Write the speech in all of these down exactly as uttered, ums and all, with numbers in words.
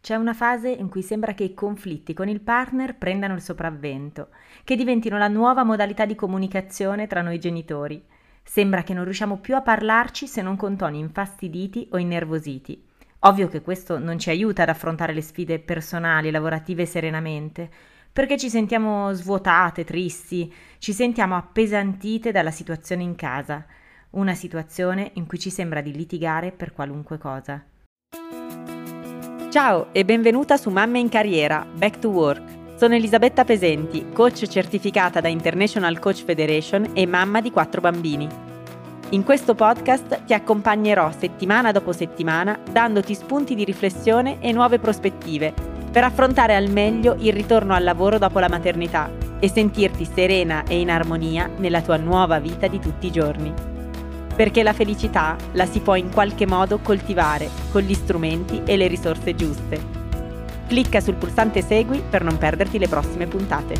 c'è una fase in cui sembra che i conflitti con il partner prendano il sopravvento, che diventino la nuova modalità di comunicazione tra noi genitori. Sembra che non riusciamo più a parlarci se non con toni infastiditi o innervositi. Ovvio che questo non ci aiuta ad affrontare le sfide personali e lavorative serenamente, perché ci sentiamo svuotate, tristi, ci sentiamo appesantite dalla situazione in casa, una situazione in cui ci sembra di litigare per qualunque cosa. Ciao e benvenuta su Mamme in Carriera, Back to Work. Sono Elisabetta Pesenti, coach certificata da International Coach Federation e mamma di quattro bambini. In questo podcast ti accompagnerò settimana dopo settimana dandoti spunti di riflessione e nuove prospettive per affrontare al meglio il ritorno al lavoro dopo la maternità e sentirti serena e in armonia nella tua nuova vita di tutti i giorni. Perché la felicità la si può in qualche modo coltivare con gli strumenti e le risorse giuste. Clicca sul pulsante Segui per non perderti le prossime puntate.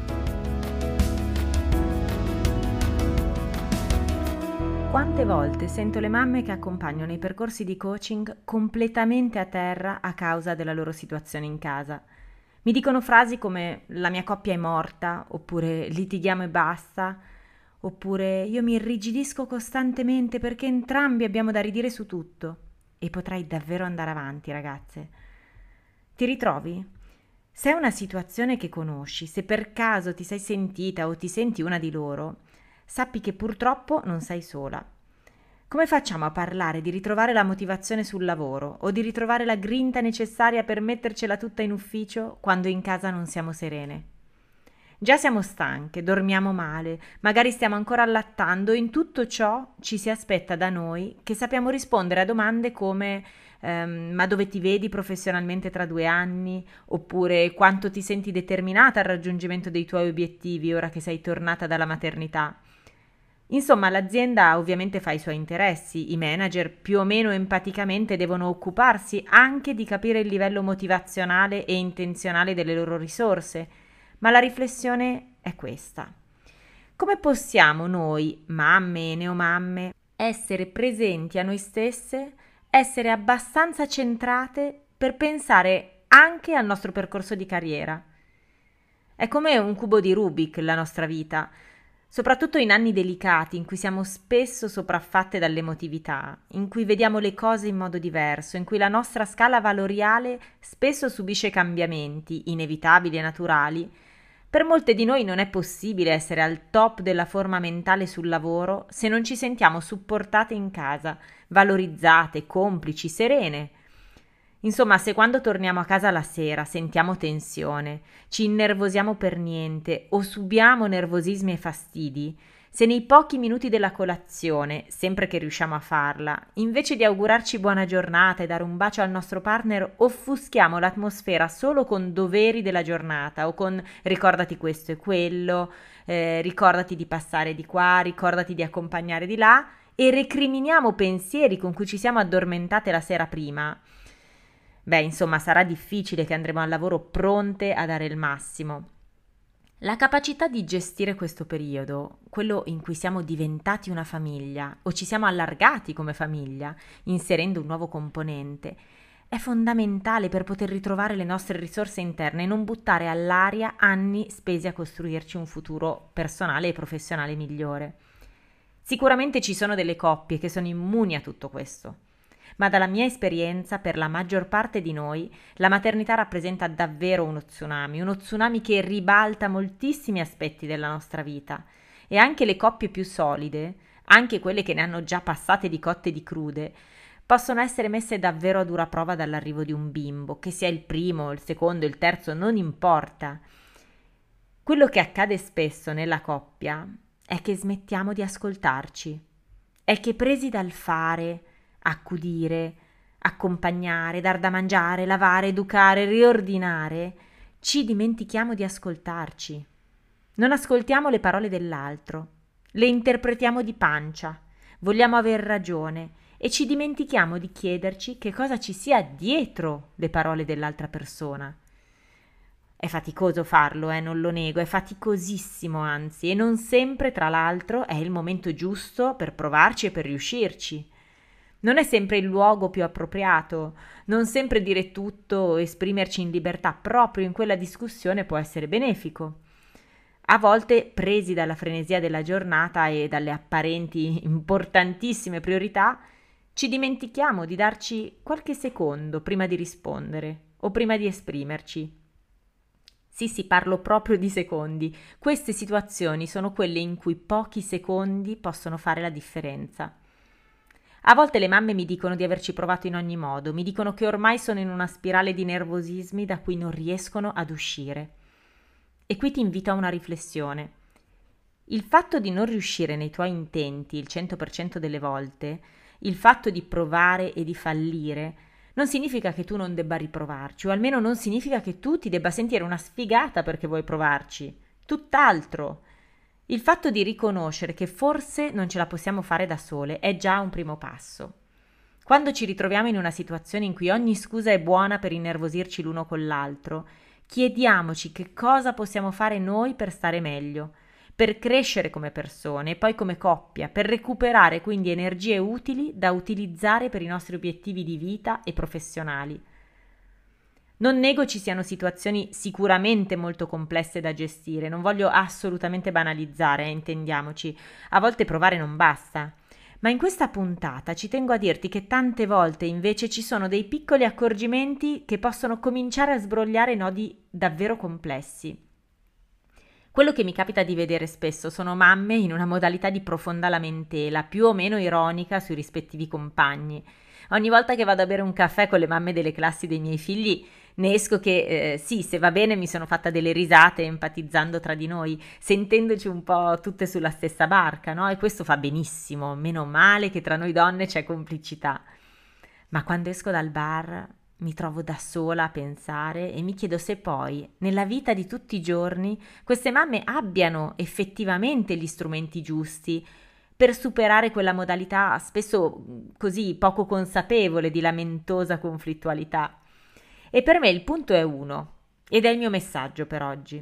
Quante volte sento le mamme che accompagnano i percorsi di coaching completamente a terra a causa della loro situazione in casa. Mi dicono frasi come «la mia coppia è morta» oppure «litighiamo e basta», oppure io mi irrigidisco costantemente perché entrambi abbiamo da ridire su tutto. E potrei davvero andare avanti, ragazze. Ti ritrovi? Se è una situazione che conosci, se per caso ti sei sentita o ti senti una di loro, sappi che purtroppo non sei sola. Come facciamo a parlare di ritrovare la motivazione sul lavoro o di ritrovare la grinta necessaria per mettercela tutta in ufficio quando in casa non siamo serene? Già siamo stanche, dormiamo male, magari stiamo ancora allattando e in tutto ciò ci si aspetta da noi che sappiamo rispondere a domande come ehm, ma dove ti vedi professionalmente tra due anni? Oppure quanto ti senti determinata al raggiungimento dei tuoi obiettivi ora che sei tornata dalla maternità? Insomma, l'azienda ovviamente fa i suoi interessi, i manager più o meno empaticamente devono occuparsi anche di capire il livello motivazionale e intenzionale delle loro risorse. Ma la riflessione è questa. Come possiamo noi, mamme e neomamme, essere presenti a noi stesse, essere abbastanza centrate per pensare anche al nostro percorso di carriera? È come un cubo di Rubik la nostra vita, soprattutto in anni delicati in cui siamo spesso sopraffatte dall'emotività, in cui vediamo le cose in modo diverso, in cui la nostra scala valoriale spesso subisce cambiamenti inevitabili e naturali. Per molte di noi non è possibile essere al top della forma mentale sul lavoro se non ci sentiamo supportate in casa, valorizzate, complici, serene. Insomma, se quando torniamo a casa la sera sentiamo tensione, ci innervosiamo per niente o subiamo nervosismi e fastidi, se nei pochi minuti della colazione, sempre che riusciamo a farla, invece di augurarci buona giornata e dare un bacio al nostro partner, offuschiamo l'atmosfera solo con doveri della giornata o con ricordati questo e quello, eh, ricordati di passare di qua, ricordati di accompagnare di là e recriminiamo pensieri con cui ci siamo addormentate la sera prima, beh, insomma, sarà difficile che andremo al lavoro pronte a dare il massimo. La capacità di gestire questo periodo, quello in cui siamo diventati una famiglia o ci siamo allargati come famiglia, inserendo un nuovo componente, è fondamentale per poter ritrovare le nostre risorse interne e non buttare all'aria anni spesi a costruirci un futuro personale e professionale migliore. Sicuramente ci sono delle coppie che sono immuni a tutto questo. Ma dalla mia esperienza, per la maggior parte di noi, la maternità rappresenta davvero uno tsunami, uno tsunami che ribalta moltissimi aspetti della nostra vita. E anche le coppie più solide, anche quelle che ne hanno già passate di cotte e di crude, possono essere messe davvero a dura prova dall'arrivo di un bimbo, che sia il primo, il secondo, il terzo, non importa. Quello che accade spesso nella coppia è che smettiamo di ascoltarci, è che presi dal fare, accudire, accompagnare, dar da mangiare, lavare, educare, riordinare, ci dimentichiamo di ascoltarci. Non ascoltiamo le parole dell'altro, le interpretiamo di pancia, vogliamo aver ragione e ci dimentichiamo di chiederci che cosa ci sia dietro le parole dell'altra persona. È faticoso farlo, eh, non lo nego, è faticosissimo anzi, e non sempre, tra l'altro, è il momento giusto per provarci e per riuscirci. Non è sempre il luogo più appropriato, non sempre dire tutto o esprimerci in libertà proprio in quella discussione può essere benefico. A volte, presi dalla frenesia della giornata e dalle apparenti importantissime priorità, ci dimentichiamo di darci qualche secondo prima di rispondere o prima di esprimerci. Sì, sì, parlo proprio di secondi. Queste situazioni sono quelle in cui pochi secondi possono fare la differenza. A volte le mamme mi dicono di averci provato in ogni modo, mi dicono che ormai sono in una spirale di nervosismi da cui non riescono ad uscire. E qui ti invito a una riflessione. Il fatto di non riuscire nei tuoi intenti il cento per cento delle volte, il fatto di provare e di fallire, non significa che tu non debba riprovarci, o almeno non significa che tu ti debba sentire una sfigata perché vuoi provarci. Tutt'altro. Il fatto di riconoscere che forse non ce la possiamo fare da sole è già un primo passo. Quando ci ritroviamo in una situazione in cui ogni scusa è buona per innervosirci l'uno con l'altro, chiediamoci che cosa possiamo fare noi per stare meglio, per crescere come persone e poi come coppia, per recuperare quindi energie utili da utilizzare per i nostri obiettivi di vita e professionali. Non nego ci siano situazioni sicuramente molto complesse da gestire, non voglio assolutamente banalizzare, eh, intendiamoci, a volte provare non basta. Ma in questa puntata ci tengo a dirti che tante volte invece ci sono dei piccoli accorgimenti che possono cominciare a sbrogliare nodi davvero complessi. Quello che mi capita di vedere spesso sono mamme in una modalità di profonda lamentela, più o meno ironica sui rispettivi compagni. Ogni volta che vado a bere un caffè con le mamme delle classi dei miei figli, ne esco che eh, sì, se va bene mi sono fatta delle risate empatizzando tra di noi, sentendoci un po' tutte sulla stessa barca, no? E questo fa benissimo, meno male che tra noi donne c'è complicità. Ma quando esco dal bar mi trovo da sola a pensare e mi chiedo se poi, nella vita di tutti i giorni, queste mamme abbiano effettivamente gli strumenti giusti per superare quella modalità spesso così poco consapevole di lamentosa conflittualità. E per me il punto è uno, ed è il mio messaggio per oggi.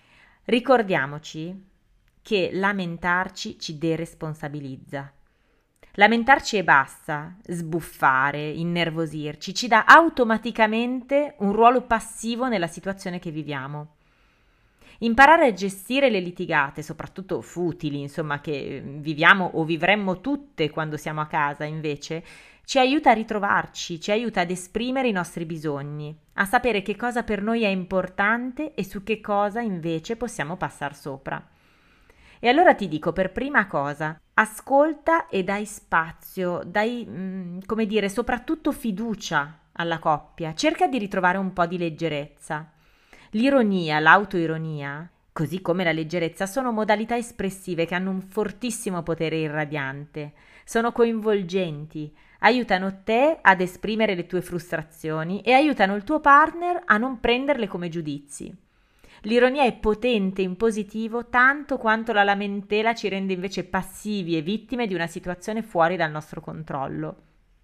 Ricordiamoci che lamentarci ci deresponsabilizza. Lamentarci e basta, sbuffare, innervosirci, ci dà automaticamente un ruolo passivo nella situazione che viviamo. Imparare a gestire le litigate, soprattutto futili, insomma, che viviamo o vivremmo tutte quando siamo a casa, invece, ci aiuta a ritrovarci, ci aiuta ad esprimere i nostri bisogni, a sapere che cosa per noi è importante e su che cosa invece possiamo passare sopra. E allora ti dico, per prima cosa, ascolta e dai spazio, dai, mm, come dire, soprattutto fiducia alla coppia, cerca di ritrovare un po' di leggerezza. L'ironia, l'autoironia, così come la leggerezza, sono modalità espressive che hanno un fortissimo potere irradiante, sono coinvolgenti, aiutano te ad esprimere le tue frustrazioni e aiutano il tuo partner a non prenderle come giudizi. L'ironia è potente in positivo tanto quanto la lamentela ci rende invece passivi e vittime di una situazione fuori dal nostro controllo.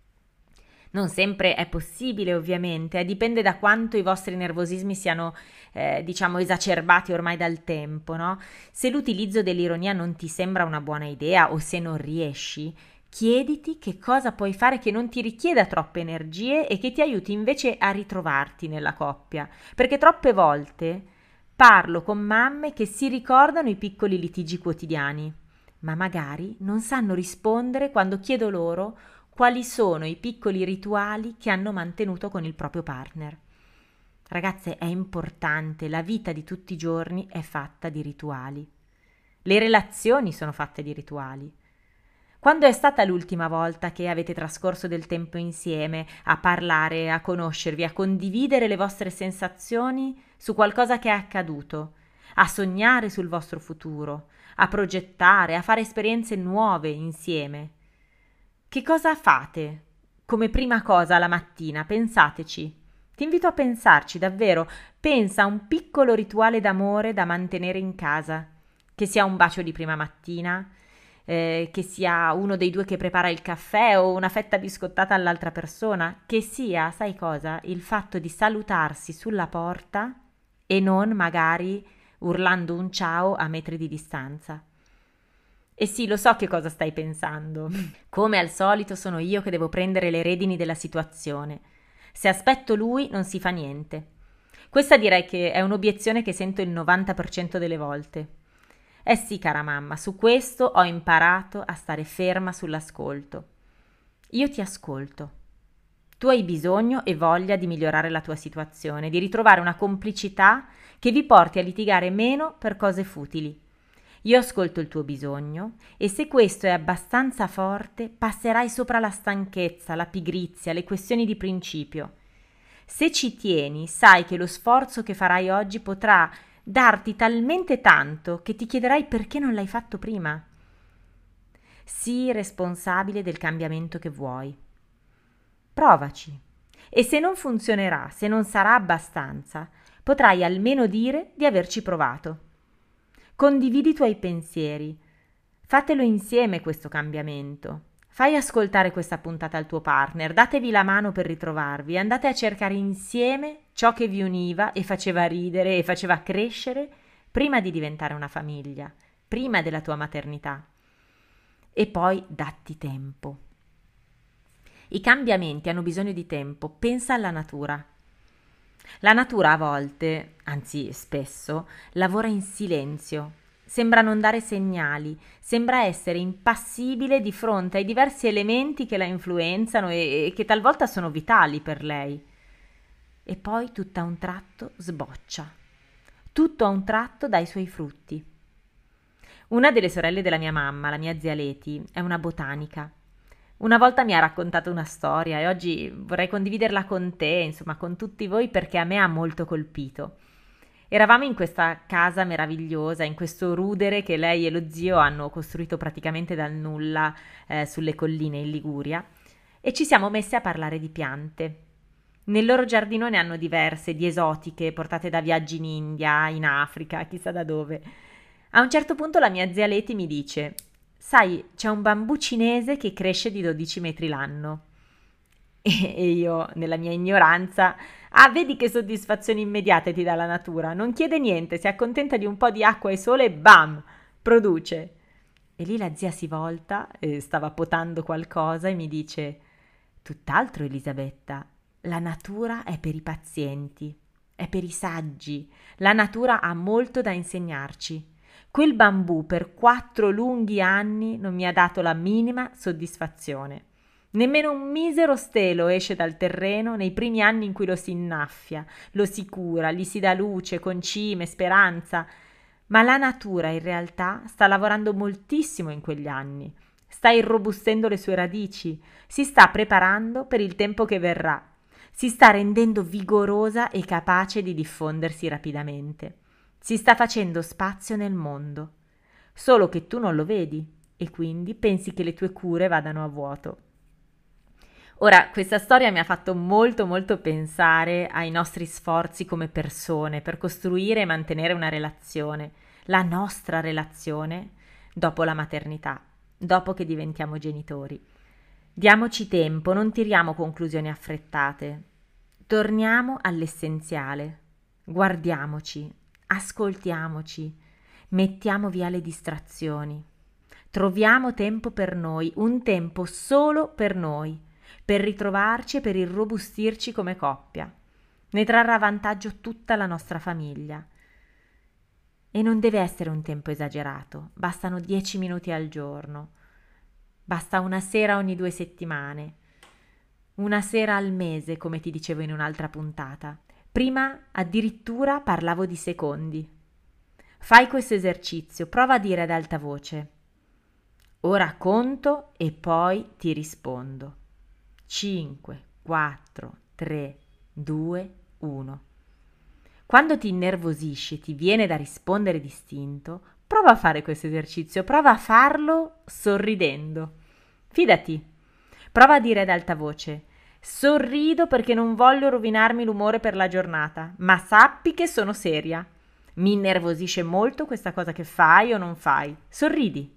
Non sempre è possibile, ovviamente, eh, dipende da quanto i vostri nervosismi siano, eh, diciamo, esacerbati ormai dal tempo, no? Se l'utilizzo dell'ironia non ti sembra una buona idea o se non riesci, chiediti che cosa puoi fare che non ti richieda troppe energie e che ti aiuti invece a ritrovarti nella coppia, perché troppe volte parlo con mamme che si ricordano i piccoli litigi quotidiani, ma magari non sanno rispondere quando chiedo loro quali sono i piccoli rituali che hanno mantenuto con il proprio partner. Ragazze, è importante, la vita di tutti i giorni è fatta di rituali. Le relazioni sono fatte di rituali. Quando è stata l'ultima volta che avete trascorso del tempo insieme a parlare, a conoscervi, a condividere le vostre sensazioni su qualcosa che è accaduto, a sognare sul vostro futuro, a progettare, a fare esperienze nuove insieme? Che cosa fate come prima cosa la mattina? Pensateci. Ti invito a pensarci davvero. Pensa a un piccolo rituale d'amore da mantenere in casa, che sia un bacio di prima mattina, eh, che sia uno dei due che prepara il caffè o una fetta biscottata all'altra persona, che sia, sai cosa, il fatto di salutarsi sulla porta e non magari urlando un ciao a metri di distanza. E sì, lo so che cosa stai pensando. Come al solito sono io che devo prendere le redini della situazione. Se aspetto lui non si fa niente. Questa direi che è un'obiezione che sento il novanta per cento delle volte. Eh sì, cara mamma, su questo ho imparato a stare ferma sull'ascolto. Io ti ascolto. Tu hai bisogno e voglia di migliorare la tua situazione, di ritrovare una complicità che vi porti a litigare meno per cose futili. Io ascolto il tuo bisogno e se questo è abbastanza forte, passerai sopra la stanchezza, la pigrizia, le questioni di principio. Se ci tieni, sai che lo sforzo che farai oggi potrà darti talmente tanto che ti chiederai perché non l'hai fatto prima. Sii responsabile del cambiamento che vuoi. Provaci. E se non funzionerà, se non sarà abbastanza, potrai almeno dire di averci provato. Condividi i tuoi pensieri. Fatelo insieme questo cambiamento. Fai ascoltare questa puntata al tuo partner, datevi la mano per ritrovarvi, andate a cercare insieme ciò che vi univa e faceva ridere e faceva crescere prima di diventare una famiglia, prima della tua maternità. E poi datti tempo. I cambiamenti hanno bisogno di tempo, pensa alla natura. La natura a volte, anzi spesso, lavora in silenzio. Sembra non dare segnali, sembra essere impassibile di fronte ai diversi elementi che la influenzano e, e che talvolta sono vitali per lei. E poi tutto a un tratto sboccia. Tutto a un tratto dà i suoi frutti. Una delle sorelle della mia mamma, la mia zia Leti, è una botanica. Una volta mi ha raccontato una storia e oggi vorrei condividerla con te, insomma, con tutti voi perché a me ha molto colpito. Eravamo in questa casa meravigliosa, in questo rudere che lei e lo zio hanno costruito praticamente dal nulla eh, sulle colline in Liguria e ci siamo messi a parlare di piante. Nel loro giardino ne hanno diverse, di esotiche, portate da viaggi in India, in Africa, chissà da dove. A un certo punto la mia zia Leti mi dice: sai, c'è un bambù cinese che cresce di dodici metri l'anno. E, e io, nella mia ignoranza, ah, vedi che soddisfazioni immediate ti dà la natura. Non chiede niente, si accontenta di un po' di acqua e sole e bam, produce. E lì la zia si volta, e stava potando qualcosa e mi dice: tutt'altro, Elisabetta, la natura è per i pazienti, è per i saggi. La natura ha molto da insegnarci. Quel bambù per quattro lunghi anni non mi ha dato la minima soddisfazione. Nemmeno un misero stelo esce dal terreno nei primi anni in cui lo si innaffia, lo si cura, gli si dà luce, concime, speranza. Ma la natura in realtà sta lavorando moltissimo in quegli anni, sta irrobustendo le sue radici, si sta preparando per il tempo che verrà, si sta rendendo vigorosa e capace di diffondersi rapidamente. Si sta facendo spazio nel mondo, solo che tu non lo vedi e quindi pensi che le tue cure vadano a vuoto. Ora, questa storia mi ha fatto molto molto pensare ai nostri sforzi come persone per costruire e mantenere una relazione, la nostra relazione dopo la maternità, dopo che diventiamo genitori. Diamoci tempo, non tiriamo conclusioni affrettate. Torniamo all'essenziale. Guardiamoci, ascoltiamoci, mettiamo via le distrazioni. Troviamo tempo per noi, un tempo solo per noi, per ritrovarci e per irrobustirci come coppia. Ne trarrà vantaggio tutta la nostra famiglia. E non deve essere un tempo esagerato, bastano dieci minuti al giorno, basta una sera ogni due settimane, una sera al mese, come ti dicevo in un'altra puntata. Prima addirittura parlavo di secondi. Fai questo esercizio, prova a dire ad alta voce: ora conto e poi ti rispondo. cinque, quattro, tre, due, uno. Quando ti innervosisci e ti viene da rispondere distinto, prova a fare questo esercizio, prova a farlo sorridendo. Fidati, prova a dire ad alta voce: sorrido perché non voglio rovinarmi l'umore per la giornata, ma sappi che sono seria. Mi innervosisce molto questa cosa che fai o non fai. Sorridi.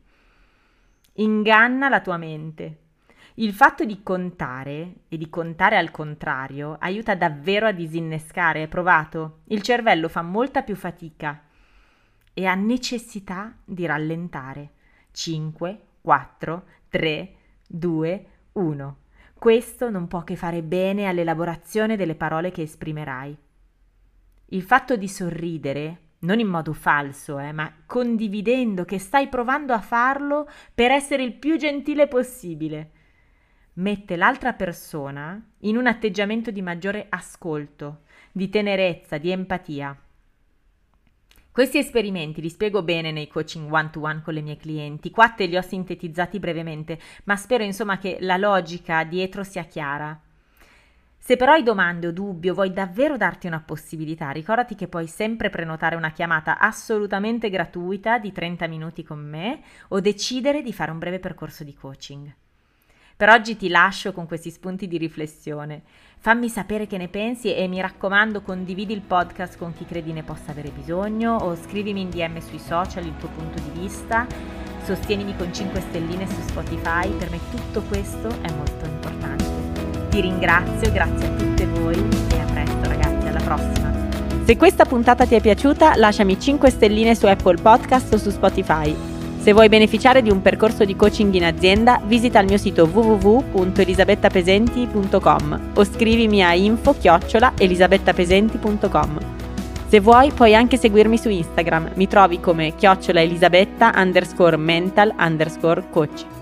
Inganna la tua mente. Il fatto di contare e di contare al contrario aiuta davvero a disinnescare, è provato. Il cervello fa molta più fatica e ha necessità di rallentare. cinque, quattro, tre, due, uno. Questo non può che fare bene all'elaborazione delle parole che esprimerai. Il fatto di sorridere, non in modo falso, eh, ma condividendo che stai provando a farlo per essere il più gentile possibile, mette l'altra persona in un atteggiamento di maggiore ascolto, di tenerezza, di empatia. Questi esperimenti li spiego bene nei coaching one-to-one con le mie clienti. Qua te li ho sintetizzati brevemente, ma spero insomma che la logica dietro sia chiara. Se però hai domande o dubbi o vuoi davvero darti una possibilità, ricordati che puoi sempre prenotare una chiamata assolutamente gratuita di trenta minuti con me o decidere di fare un breve percorso di coaching. Per oggi ti lascio con questi spunti di riflessione. Fammi sapere che ne pensi e mi raccomando condividi il podcast con chi credi ne possa avere bisogno o scrivimi in D M sui social il tuo punto di vista. Sostienimi con cinque stelline su Spotify, per me tutto questo è molto importante. Ti ringrazio, grazie a tutte voi e a presto ragazzi, alla prossima. Se questa puntata ti è piaciuta lasciami cinque stelline su Apple Podcast o su Spotify. Se vuoi beneficiare di un percorso di coaching in azienda, visita il mio sito w w w punto elisabettapesenti punto com o scrivimi a info chiocciola elisabettapesenti punto com. Se vuoi puoi anche seguirmi su Instagram, mi trovi come chiocciola elisabetta underscore mental underscore coach.